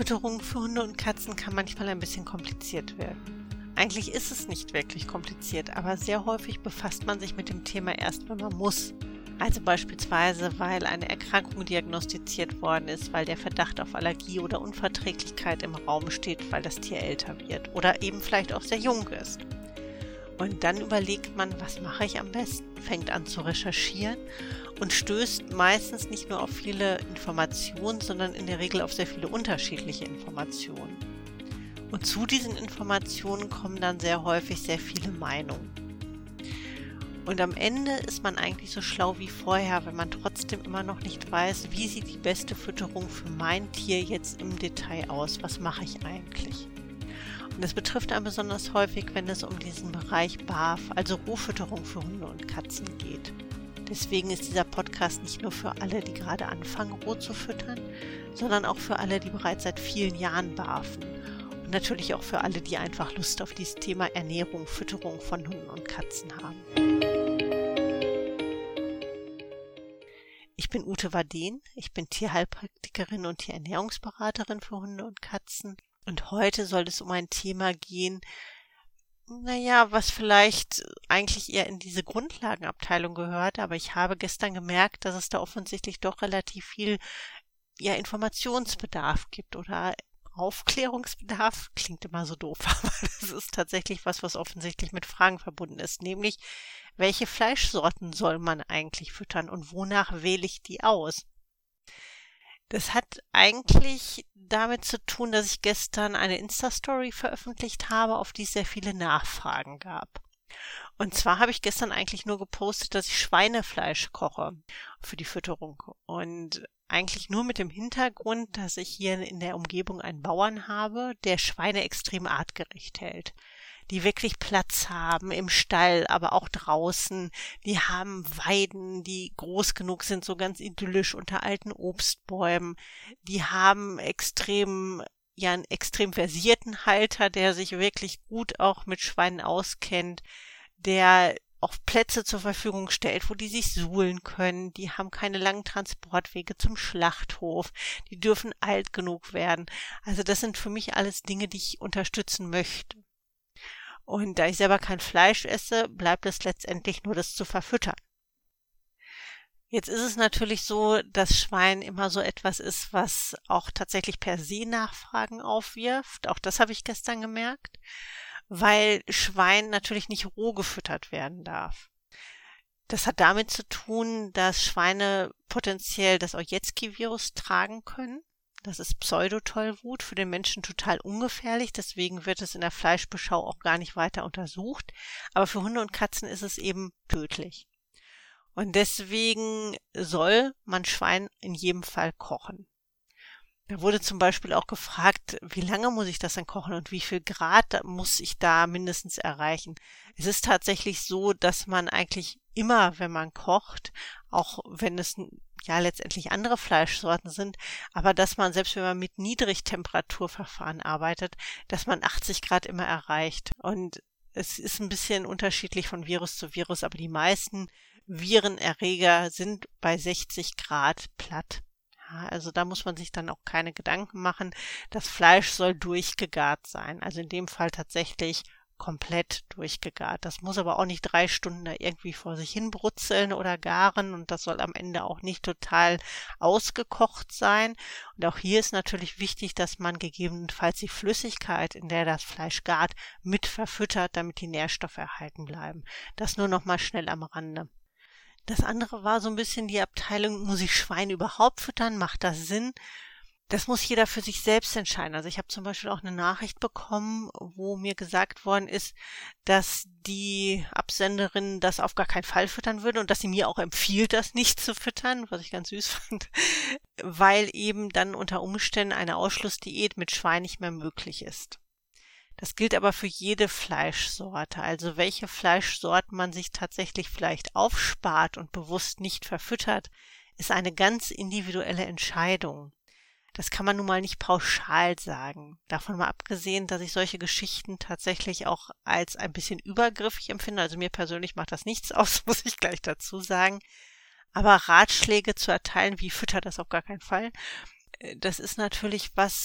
Fütterung für Hunde und Katzen kann manchmal ein bisschen kompliziert werden. Eigentlich ist es nicht wirklich kompliziert, aber sehr häufig befasst man sich mit dem Thema erst, wenn man muss. Also beispielsweise, weil eine Erkrankung diagnostiziert worden ist, weil der Verdacht auf Allergie oder Unverträglichkeit im Raum steht, weil das Tier älter wird oder eben vielleicht auch sehr jung ist. Und dann überlegt man, was mache ich am besten, fängt an zu recherchieren und stößt meistens nicht nur auf viele Informationen, sondern in der Regel auf sehr viele unterschiedliche Informationen. Und zu diesen Informationen kommen dann sehr häufig sehr viele Meinungen. Und am Ende ist man eigentlich so schlau wie vorher, wenn man trotzdem immer noch nicht weiß, wie sieht die beste Fütterung für mein Tier jetzt im Detail aus, was mache ich eigentlich? Und das betrifft einen besonders häufig, wenn es um diesen Bereich BAF, also Rohfütterung für Hunde und Katzen geht. Deswegen ist dieser Podcast nicht nur für alle, die gerade anfangen, roh zu füttern, sondern auch für alle, die bereits seit vielen Jahren barfen. Und natürlich auch für alle, die einfach Lust auf dieses Thema Ernährung, Fütterung von Hunden und Katzen haben. Ich bin Ute Warden, ich bin Tierheilpraktikerin und Tierernährungsberaterin für Hunde und Katzen. Und heute soll es um ein Thema gehen, was vielleicht eigentlich eher in diese Grundlagenabteilung gehört, aber ich habe gestern gemerkt, dass es da offensichtlich doch relativ viel Informationsbedarf gibt oder Aufklärungsbedarf. Klingt immer so doof, aber das ist tatsächlich was offensichtlich mit Fragen verbunden ist, nämlich welche Fleischsorten soll man eigentlich füttern und wonach wähle ich die aus? Das hat eigentlich damit zu tun, dass ich gestern eine Insta-Story veröffentlicht habe, auf die es sehr viele Nachfragen gab. Und zwar habe ich gestern eigentlich nur gepostet, dass ich Schweinefleisch koche für die Fütterung. Und eigentlich nur mit dem Hintergrund, dass ich hier in der Umgebung einen Bauern habe, der Schweine extrem artgerecht hält. Die wirklich Platz haben im Stall, aber auch draußen. Die haben Weiden, die groß genug sind, so ganz idyllisch unter alten Obstbäumen. Die haben einen extrem versierten Halter, der sich wirklich gut auch mit Schweinen auskennt, der auch Plätze zur Verfügung stellt, wo die sich suhlen können. Die haben keine langen Transportwege zum Schlachthof. Die dürfen alt genug werden. Also das sind für mich alles Dinge, die ich unterstützen möchte. Und da ich selber kein Fleisch esse, bleibt es letztendlich nur, das zu verfüttern. Jetzt ist es natürlich so, dass Schwein immer so etwas ist, was auch tatsächlich per se Nachfragen aufwirft. Auch das habe ich gestern gemerkt, weil Schwein natürlich nicht roh gefüttert werden darf. Das hat damit zu tun, dass Schweine potenziell das Ojetzky-Virus tragen können. Das ist Pseudotollwut, für den Menschen total ungefährlich, deswegen wird es in der Fleischbeschau auch gar nicht weiter untersucht. Aber für Hunde und Katzen ist es eben tödlich. Und deswegen soll man Schwein in jedem Fall kochen. Da wurde zum Beispiel auch gefragt, wie lange muss ich das denn kochen und wie viel Grad muss ich da mindestens erreichen. Es ist tatsächlich so, dass man eigentlich immer, wenn man kocht, auch wenn es letztendlich andere Fleischsorten sind, aber dass man, selbst wenn man mit Niedrigtemperaturverfahren arbeitet, dass man 80 Grad immer erreicht. Und es ist ein bisschen unterschiedlich von Virus zu Virus, aber die meisten Virenerreger sind bei 60 Grad platt. Ja, also da muss man sich dann auch keine Gedanken machen. Das Fleisch soll durchgegart sein. Also in dem Fall tatsächlich komplett durchgegart. Das muss aber auch nicht 3 Stunden da irgendwie vor sich hin brutzeln oder garen und das soll am Ende auch nicht total ausgekocht sein. Und auch hier ist natürlich wichtig, dass man gegebenenfalls die Flüssigkeit, in der das Fleisch gart, mit verfüttert, damit die Nährstoffe erhalten bleiben. Das nur noch mal schnell am Rande. Das andere war so ein bisschen die Abteilung, muss ich Schweine überhaupt füttern? Macht das Sinn? Das muss jeder für sich selbst entscheiden. Also ich habe zum Beispiel auch eine Nachricht bekommen, wo mir gesagt worden ist, dass die Absenderin das auf gar keinen Fall füttern würde und dass sie mir auch empfiehlt, das nicht zu füttern, was ich ganz süß fand, weil eben dann unter Umständen eine Ausschlussdiät mit Schwein nicht mehr möglich ist. Das gilt aber für jede Fleischsorte, also welche Fleischsorten man sich tatsächlich vielleicht aufspart und bewusst nicht verfüttert, ist eine ganz individuelle Entscheidung. Das kann man nun mal nicht pauschal sagen. Davon mal abgesehen, dass ich solche Geschichten tatsächlich auch als ein bisschen übergriffig empfinde. Also mir persönlich macht das nichts aus, muss ich gleich dazu sagen. Aber Ratschläge zu erteilen, wie füttert das auf gar keinen Fall, das ist natürlich was,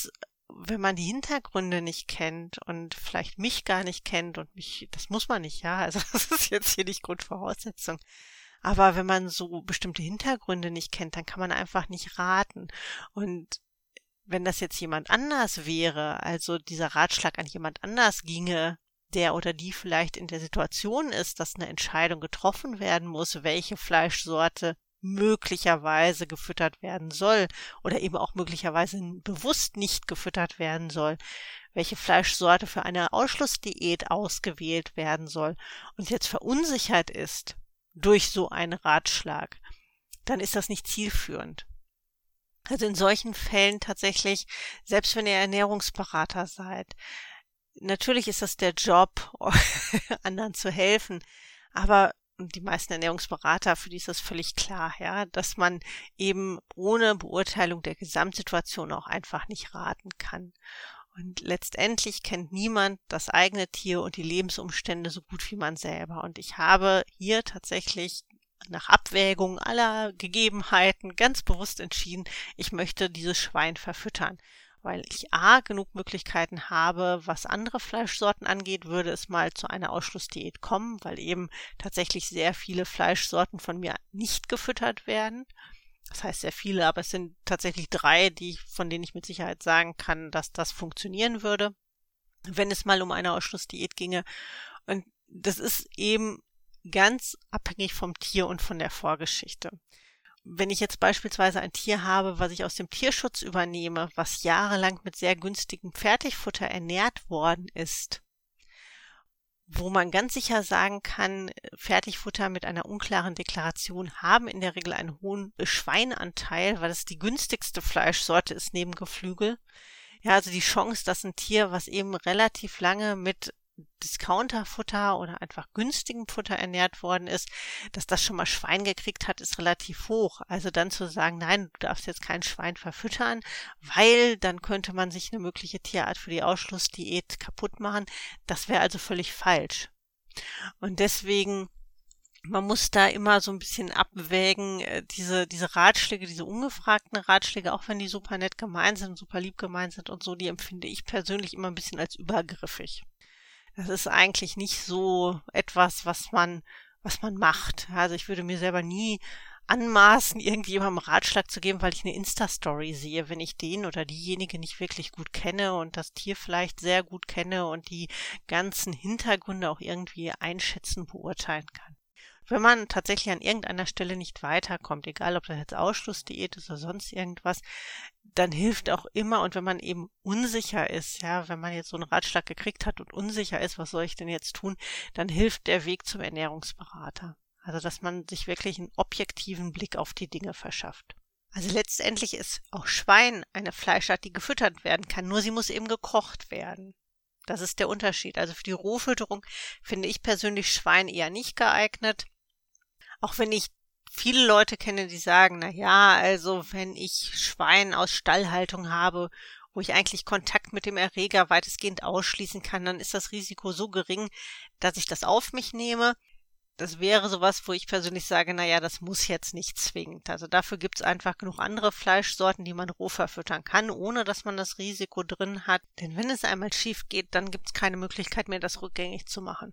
wenn man die Hintergründe nicht kennt und vielleicht mich gar nicht kennt und das muss man nicht, ja, also das ist jetzt hier nicht Grundvoraussetzung. Aber wenn man so bestimmte Hintergründe nicht kennt, dann kann man einfach nicht raten. Und wenn das jetzt jemand anders wäre, also dieser Ratschlag an jemand anders ginge, der oder die vielleicht in der Situation ist, dass eine Entscheidung getroffen werden muss, welche Fleischsorte möglicherweise gefüttert werden soll oder eben auch möglicherweise bewusst nicht gefüttert werden soll, welche Fleischsorte für eine Ausschlussdiät ausgewählt werden soll und jetzt verunsichert ist durch so einen Ratschlag, dann ist das nicht zielführend. Also in solchen Fällen tatsächlich, selbst wenn ihr Ernährungsberater seid, natürlich ist das der Job, anderen zu helfen, aber die meisten Ernährungsberater, für die ist das völlig klar, ja, dass man eben ohne Beurteilung der Gesamtsituation auch einfach nicht raten kann. Und letztendlich kennt niemand das eigene Tier und die Lebensumstände so gut wie man selber. Und ich habe hier tatsächlich nach Abwägung aller Gegebenheiten ganz bewusst entschieden, ich möchte dieses Schwein verfüttern. Weil ich genug Möglichkeiten habe, was andere Fleischsorten angeht, würde es mal zu einer Ausschlussdiät kommen, weil eben tatsächlich sehr viele Fleischsorten von mir nicht gefüttert werden. Das heißt sehr viele, aber es sind tatsächlich 3, von denen ich mit Sicherheit sagen kann, dass das funktionieren würde, wenn es mal um eine Ausschlussdiät ginge. Und das ist eben ganz abhängig vom Tier und von der Vorgeschichte. Wenn ich jetzt beispielsweise ein Tier habe, was ich aus dem Tierschutz übernehme, was jahrelang mit sehr günstigem Fertigfutter ernährt worden ist, wo man ganz sicher sagen kann, Fertigfutter mit einer unklaren Deklaration haben in der Regel einen hohen Schweinanteil, weil es die günstigste Fleischsorte ist neben Geflügel. Ja, also die Chance, dass ein Tier, was eben relativ lange mit Discounterfutter oder einfach günstigem Futter ernährt worden ist, dass das schon mal Schwein gekriegt hat, ist relativ hoch. Also dann zu sagen, nein, du darfst jetzt kein Schwein verfüttern, weil dann könnte man sich eine mögliche Tierart für die Ausschlussdiät kaputt machen, das wäre also völlig falsch. Und deswegen, man muss da immer so ein bisschen abwägen, diese Ratschläge, diese ungefragten Ratschläge, auch wenn die super nett gemeint sind, super lieb gemeint sind und so, die empfinde ich persönlich immer ein bisschen als übergriffig. Das ist eigentlich nicht so etwas, was man macht. Also ich würde mir selber nie anmaßen, irgendjemandem Ratschlag zu geben, weil ich eine Insta-Story sehe, wenn ich den oder diejenige nicht wirklich gut kenne und das Tier vielleicht sehr gut kenne und die ganzen Hintergründe auch irgendwie einschätzen, beurteilen kann. Wenn man tatsächlich an irgendeiner Stelle nicht weiterkommt, egal ob das jetzt Ausschlussdiät ist oder sonst irgendwas, dann hilft auch immer, und wenn man eben unsicher ist, ja, wenn man jetzt so einen Ratschlag gekriegt hat und unsicher ist, was soll ich denn jetzt tun, dann hilft der Weg zum Ernährungsberater. Also, dass man sich wirklich einen objektiven Blick auf die Dinge verschafft. Also letztendlich ist auch Schwein eine Fleischart, die gefüttert werden kann, nur sie muss eben gekocht werden. Das ist der Unterschied. Also für die Rohfütterung finde ich persönlich Schwein eher nicht geeignet. Auch wenn ich viele Leute kenne, die sagen, na ja, also wenn ich Schwein aus Stallhaltung habe, wo ich eigentlich Kontakt mit dem Erreger weitestgehend ausschließen kann, dann ist das Risiko so gering, dass ich das auf mich nehme. Das wäre sowas, wo ich persönlich sage, na ja, das muss jetzt nicht zwingend. Also dafür gibt's einfach genug andere Fleischsorten, die man roh verfüttern kann, ohne dass man das Risiko drin hat. Denn wenn es einmal schief geht, dann gibt's keine Möglichkeit mehr, das rückgängig zu machen.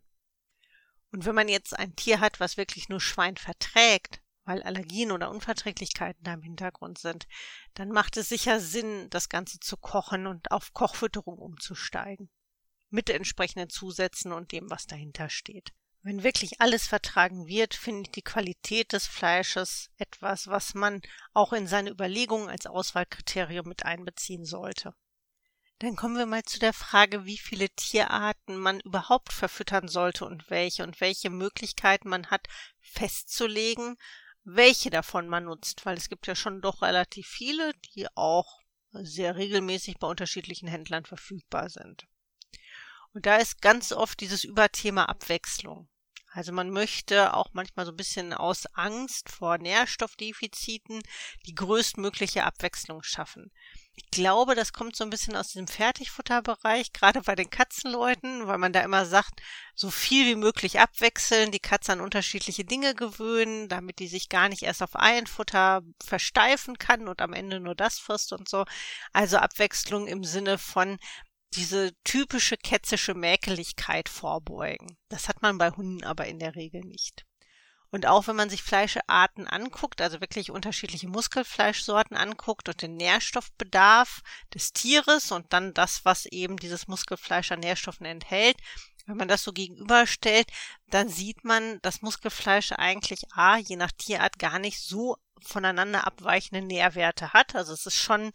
Und wenn man jetzt ein Tier hat, was wirklich nur Schwein verträgt, weil Allergien oder Unverträglichkeiten da im Hintergrund sind, dann macht es sicher Sinn, das Ganze zu kochen und auf Kochfütterung umzusteigen. Mit entsprechenden Zusätzen und dem, was dahinter steht. Wenn wirklich alles vertragen wird, finde ich die Qualität des Fleisches etwas, was man auch in seine Überlegungen als Auswahlkriterium mit einbeziehen sollte. Dann kommen wir mal zu der Frage, wie viele Tierarten man überhaupt verfüttern sollte und welche Möglichkeiten man hat, festzulegen, welche davon man nutzt, weil es gibt ja schon doch relativ viele, die auch sehr regelmäßig bei unterschiedlichen Händlern verfügbar sind. Und da ist ganz oft dieses Überthema Abwechslung. Also man möchte auch manchmal so ein bisschen aus Angst vor Nährstoffdefiziten die größtmögliche Abwechslung schaffen. Ich glaube, das kommt so ein bisschen aus diesem Fertigfutterbereich, gerade bei den Katzenleuten, weil man da immer sagt, so viel wie möglich abwechseln, die Katze an unterschiedliche Dinge gewöhnen, damit die sich gar nicht erst auf ein Futter versteifen kann und am Ende nur das frisst und so. Also Abwechslung im Sinne von diese typische kätzische Mäkeligkeit vorbeugen. Das hat man bei Hunden aber in der Regel nicht. Und auch wenn man sich Fleischarten anguckt, also wirklich unterschiedliche Muskelfleischsorten anguckt und den Nährstoffbedarf des Tieres und dann das, was eben dieses Muskelfleisch an Nährstoffen enthält, wenn man das so gegenüberstellt, dann sieht man, dass Muskelfleisch eigentlich je nach Tierart gar nicht so voneinander abweichende Nährwerte hat. Also es ist schon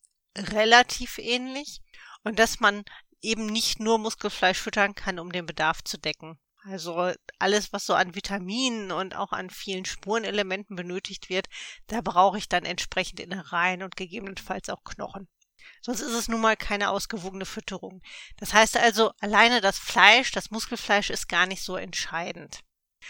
relativ ähnlich und dass man eben nicht nur Muskelfleisch füttern kann, um den Bedarf zu decken. Also alles, was so an Vitaminen und auch an vielen Spurenelementen benötigt wird, da brauche ich dann entsprechend Innereien und gegebenenfalls auch Knochen. Sonst ist es nun mal keine ausgewogene Fütterung. Das heißt also, alleine das Fleisch, das Muskelfleisch ist gar nicht so entscheidend.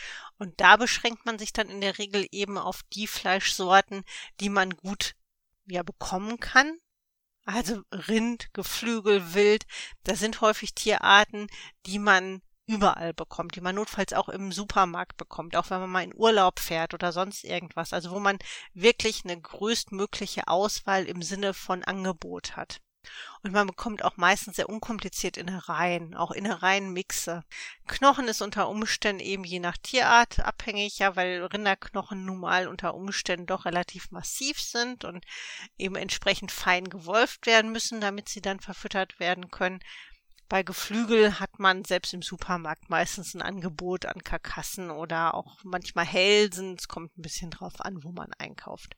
Und da beschränkt man sich dann in der Regel eben auf die Fleischsorten, die man gut bekommen kann. Also Rind, Geflügel, Wild, das sind häufig Tierarten, die man überall bekommt, die man notfalls auch im Supermarkt bekommt, auch wenn man mal in Urlaub fährt oder sonst irgendwas. Also wo man wirklich eine größtmögliche Auswahl im Sinne von Angebot hat. Und man bekommt auch meistens sehr unkompliziert Innereien, auch Innereienmixe. Knochen ist unter Umständen eben je nach Tierart abhängig, ja, weil Rinderknochen nun mal unter Umständen doch relativ massiv sind und eben entsprechend fein gewolft werden müssen, damit sie dann verfüttert werden können. Bei Geflügel hat man selbst im Supermarkt meistens ein Angebot an Karkassen oder auch manchmal Hälsen. Es kommt ein bisschen drauf an, wo man einkauft.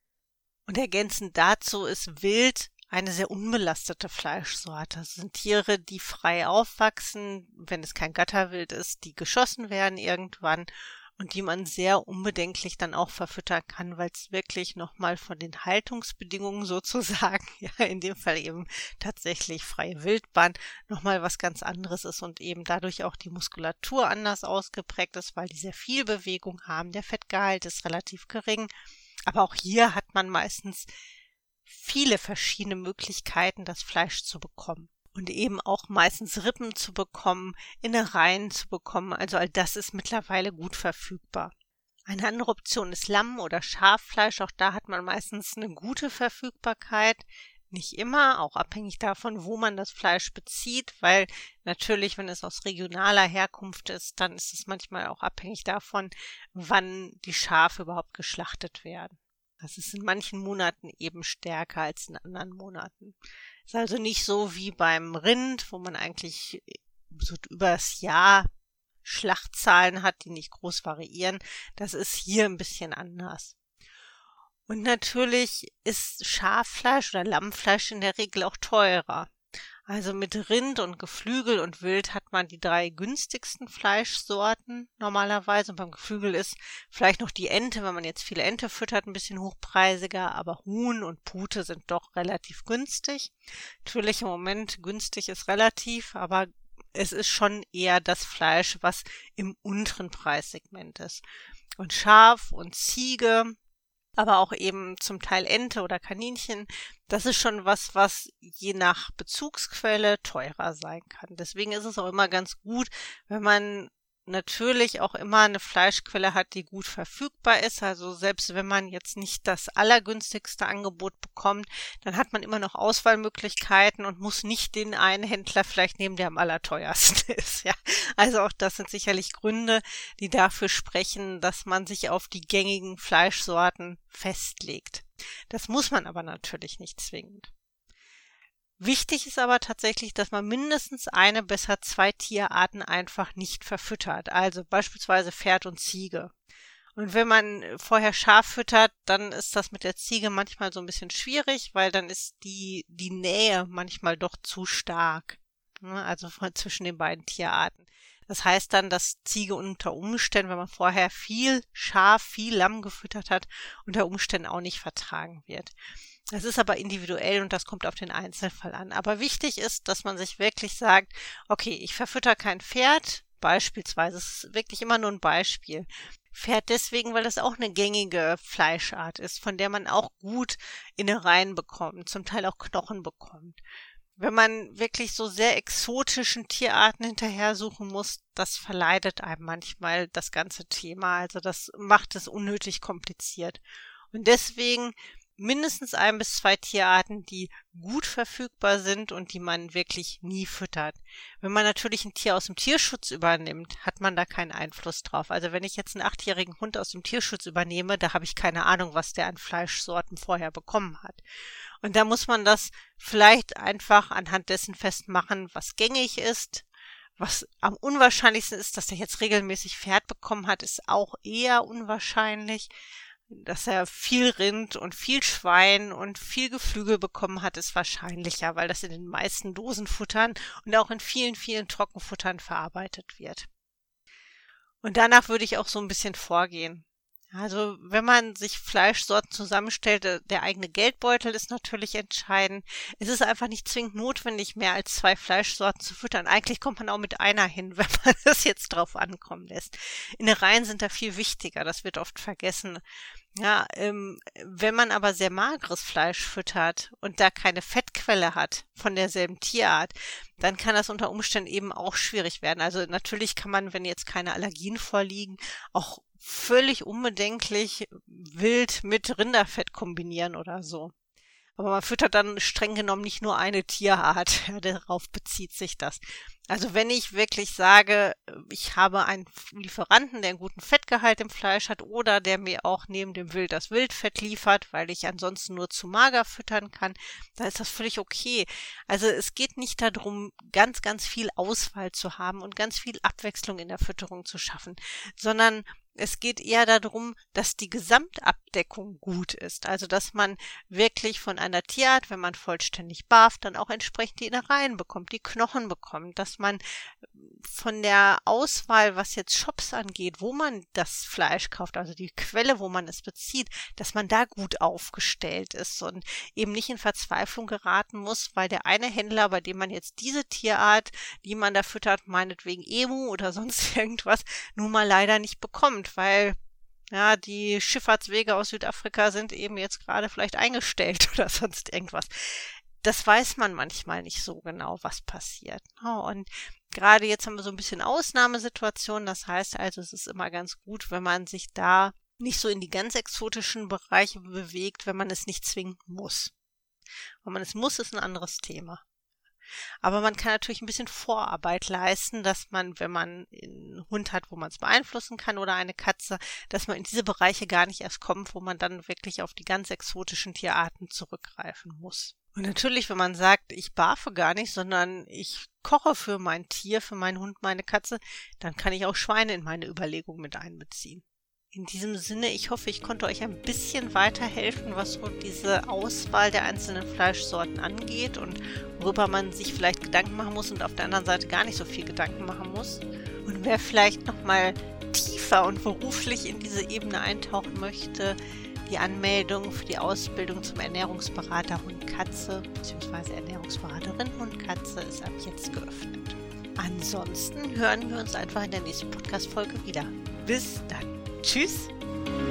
Und ergänzend dazu ist Wild eine sehr unbelastete Fleischsorte. Das sind Tiere, die frei aufwachsen, wenn es kein Gatterwild ist, die geschossen werden irgendwann und die man sehr unbedenklich dann auch verfüttern kann, weil es wirklich nochmal von den Haltungsbedingungen sozusagen, ja in dem Fall eben tatsächlich freie Wildbahn, nochmal was ganz anderes ist und eben dadurch auch die Muskulatur anders ausgeprägt ist, weil die sehr viel Bewegung haben. Der Fettgehalt ist relativ gering, aber auch hier hat man meistens viele verschiedene Möglichkeiten, das Fleisch zu bekommen. Und eben auch meistens Rippen zu bekommen, Innereien zu bekommen. Also all das ist mittlerweile gut verfügbar. Eine andere Option ist Lamm- oder Schaffleisch. Auch da hat man meistens eine gute Verfügbarkeit. Nicht immer, auch abhängig davon, wo man das Fleisch bezieht, weil natürlich, wenn es aus regionaler Herkunft ist, dann ist es manchmal auch abhängig davon, wann die Schafe überhaupt geschlachtet werden. Das ist in manchen Monaten eben stärker als in anderen Monaten. Ist also nicht so wie beim Rind, wo man eigentlich so über das Jahr Schlachtzahlen hat, die nicht groß variieren. Das ist hier ein bisschen anders. Und natürlich ist Schaffleisch oder Lammfleisch in der Regel auch teurer. Also mit Rind und Geflügel und Wild hat man die 3 günstigsten Fleischsorten normalerweise. Und beim Geflügel ist vielleicht noch die Ente, wenn man jetzt viele Ente füttert, ein bisschen hochpreisiger. Aber Huhn und Pute sind doch relativ günstig. Natürlich im Moment günstig ist relativ, aber es ist schon eher das Fleisch, was im unteren Preissegment ist. Und Schaf und Ziege, aber auch eben zum Teil Ente oder Kaninchen, das ist schon was je nach Bezugsquelle teurer sein kann. Deswegen ist es auch immer ganz gut, wenn man natürlich auch immer eine Fleischquelle hat, die gut verfügbar ist. Also selbst wenn man jetzt nicht das allergünstigste Angebot bekommt, dann hat man immer noch Auswahlmöglichkeiten und muss nicht den einen Händler vielleicht nehmen, der am allerteuersten ist. Ja, also auch das sind sicherlich Gründe, die dafür sprechen, dass man sich auf die gängigen Fleischsorten festlegt. Das muss man aber natürlich nicht zwingend. Wichtig ist aber tatsächlich, dass man mindestens eine, besser 2 Tierarten einfach nicht verfüttert. Also beispielsweise Pferd und Ziege. Und wenn man vorher Schaf füttert, dann ist das mit der Ziege manchmal so ein bisschen schwierig, weil dann ist die Nähe manchmal doch zu stark. Also zwischen den beiden Tierarten. Das heißt dann, dass Ziege unter Umständen, wenn man vorher viel Schaf, viel Lamm gefüttert hat, unter Umständen auch nicht vertragen wird. Das ist aber individuell und das kommt auf den Einzelfall an. Aber wichtig ist, dass man sich wirklich sagt, okay, ich verfütter kein Pferd, beispielsweise, es ist wirklich immer nur ein Beispiel. Pferd deswegen, weil das auch eine gängige Fleischart ist, von der man auch gut Innereien bekommt, zum Teil auch Knochen bekommt. Wenn man wirklich so sehr exotischen Tierarten hinterher suchen muss, das verleidet einem manchmal das ganze Thema. Also das macht es unnötig kompliziert. Und deswegen mindestens 1 bis 2 Tierarten, die gut verfügbar sind und die man wirklich nie füttert. Wenn man natürlich ein Tier aus dem Tierschutz übernimmt, hat man da keinen Einfluss drauf. Also wenn ich jetzt einen 8-jährigen Hund aus dem Tierschutz übernehme, da habe ich keine Ahnung, was der an Fleischsorten vorher bekommen hat. Und da muss man das vielleicht einfach anhand dessen festmachen, was gängig ist. Was am unwahrscheinlichsten ist, dass der jetzt regelmäßig Pferd bekommen hat, ist auch eher unwahrscheinlich. Dass er viel Rind und viel Schwein und viel Geflügel bekommen hat, ist wahrscheinlicher, weil das in den meisten Dosenfuttern und auch in vielen, vielen Trockenfuttern verarbeitet wird. Und danach würde ich auch so ein bisschen vorgehen. Also wenn man sich Fleischsorten zusammenstellt, der eigene Geldbeutel ist natürlich entscheidend. Es ist einfach nicht zwingend notwendig, mehr als 2 Fleischsorten zu füttern. Eigentlich kommt man auch mit einer hin, wenn man es jetzt drauf ankommen lässt. Innereien sind da viel wichtiger, das wird oft vergessen. Ja, wenn man aber sehr mageres Fleisch füttert und da keine Fettquelle hat von derselben Tierart, dann kann das unter Umständen eben auch schwierig werden. Also natürlich kann man, wenn jetzt keine Allergien vorliegen, auch völlig unbedenklich wild mit Rinderfett kombinieren oder so. Aber man füttert dann streng genommen nicht nur eine Tierart, ja, darauf bezieht sich das. Also wenn ich wirklich sage, ich habe einen Lieferanten, der einen guten Fettgehalt im Fleisch hat oder der mir auch neben dem Wild das Wildfett liefert, weil ich ansonsten nur zu mager füttern kann, dann ist das völlig okay. Also es geht nicht darum, ganz, ganz viel Auswahl zu haben und ganz viel Abwechslung in der Fütterung zu schaffen, sondern es geht eher darum, dass die Gesamtabdeckung gut ist. Also, dass man wirklich von einer Tierart, wenn man vollständig barft, dann auch entsprechend die Innereien bekommt, die Knochen bekommt, dass man von der Auswahl, was jetzt Shops angeht, wo man das Fleisch kauft, also die Quelle, wo man es bezieht, dass man da gut aufgestellt ist und eben nicht in Verzweiflung geraten muss, weil der eine Händler, bei dem man jetzt diese Tierart, die man da füttert, meinetwegen Emu oder sonst irgendwas, nun mal leider nicht bekommt, weil ja, die Schifffahrtswege aus Südafrika sind eben jetzt gerade vielleicht eingestellt oder sonst irgendwas. Das weiß man manchmal nicht so genau, was passiert. Und gerade jetzt haben wir so ein bisschen Ausnahmesituationen. Das heißt also, es ist immer ganz gut, wenn man sich da nicht so in die ganz exotischen Bereiche bewegt, wenn man es nicht zwingend muss. Wenn man es muss, ist ein anderes Thema. Aber man kann natürlich ein bisschen Vorarbeit leisten, dass man, wenn man einen Hund hat, wo man es beeinflussen kann oder eine Katze, dass man in diese Bereiche gar nicht erst kommt, wo man dann wirklich auf die ganz exotischen Tierarten zurückgreifen muss. Und natürlich, wenn man sagt, ich barfe gar nicht, sondern ich koche für mein Tier, für meinen Hund, meine Katze, dann kann ich auch Schweine in meine Überlegung mit einbeziehen. In diesem Sinne, ich hoffe, ich konnte euch ein bisschen weiterhelfen, was so diese Auswahl der einzelnen Fleischsorten angeht und worüber man sich vielleicht Gedanken machen muss und auf der anderen Seite gar nicht so viel Gedanken machen muss. Und wer vielleicht nochmal tiefer und beruflich in diese Ebene eintauchen möchte, die Anmeldung für die Ausbildung zum Ernährungsberater Hund-Katze bzw. Ernährungsberaterin Hund-Katze ist ab jetzt geöffnet. Ansonsten hören wir uns einfach in der nächsten Podcast-Folge wieder. Bis dann. Tschüss!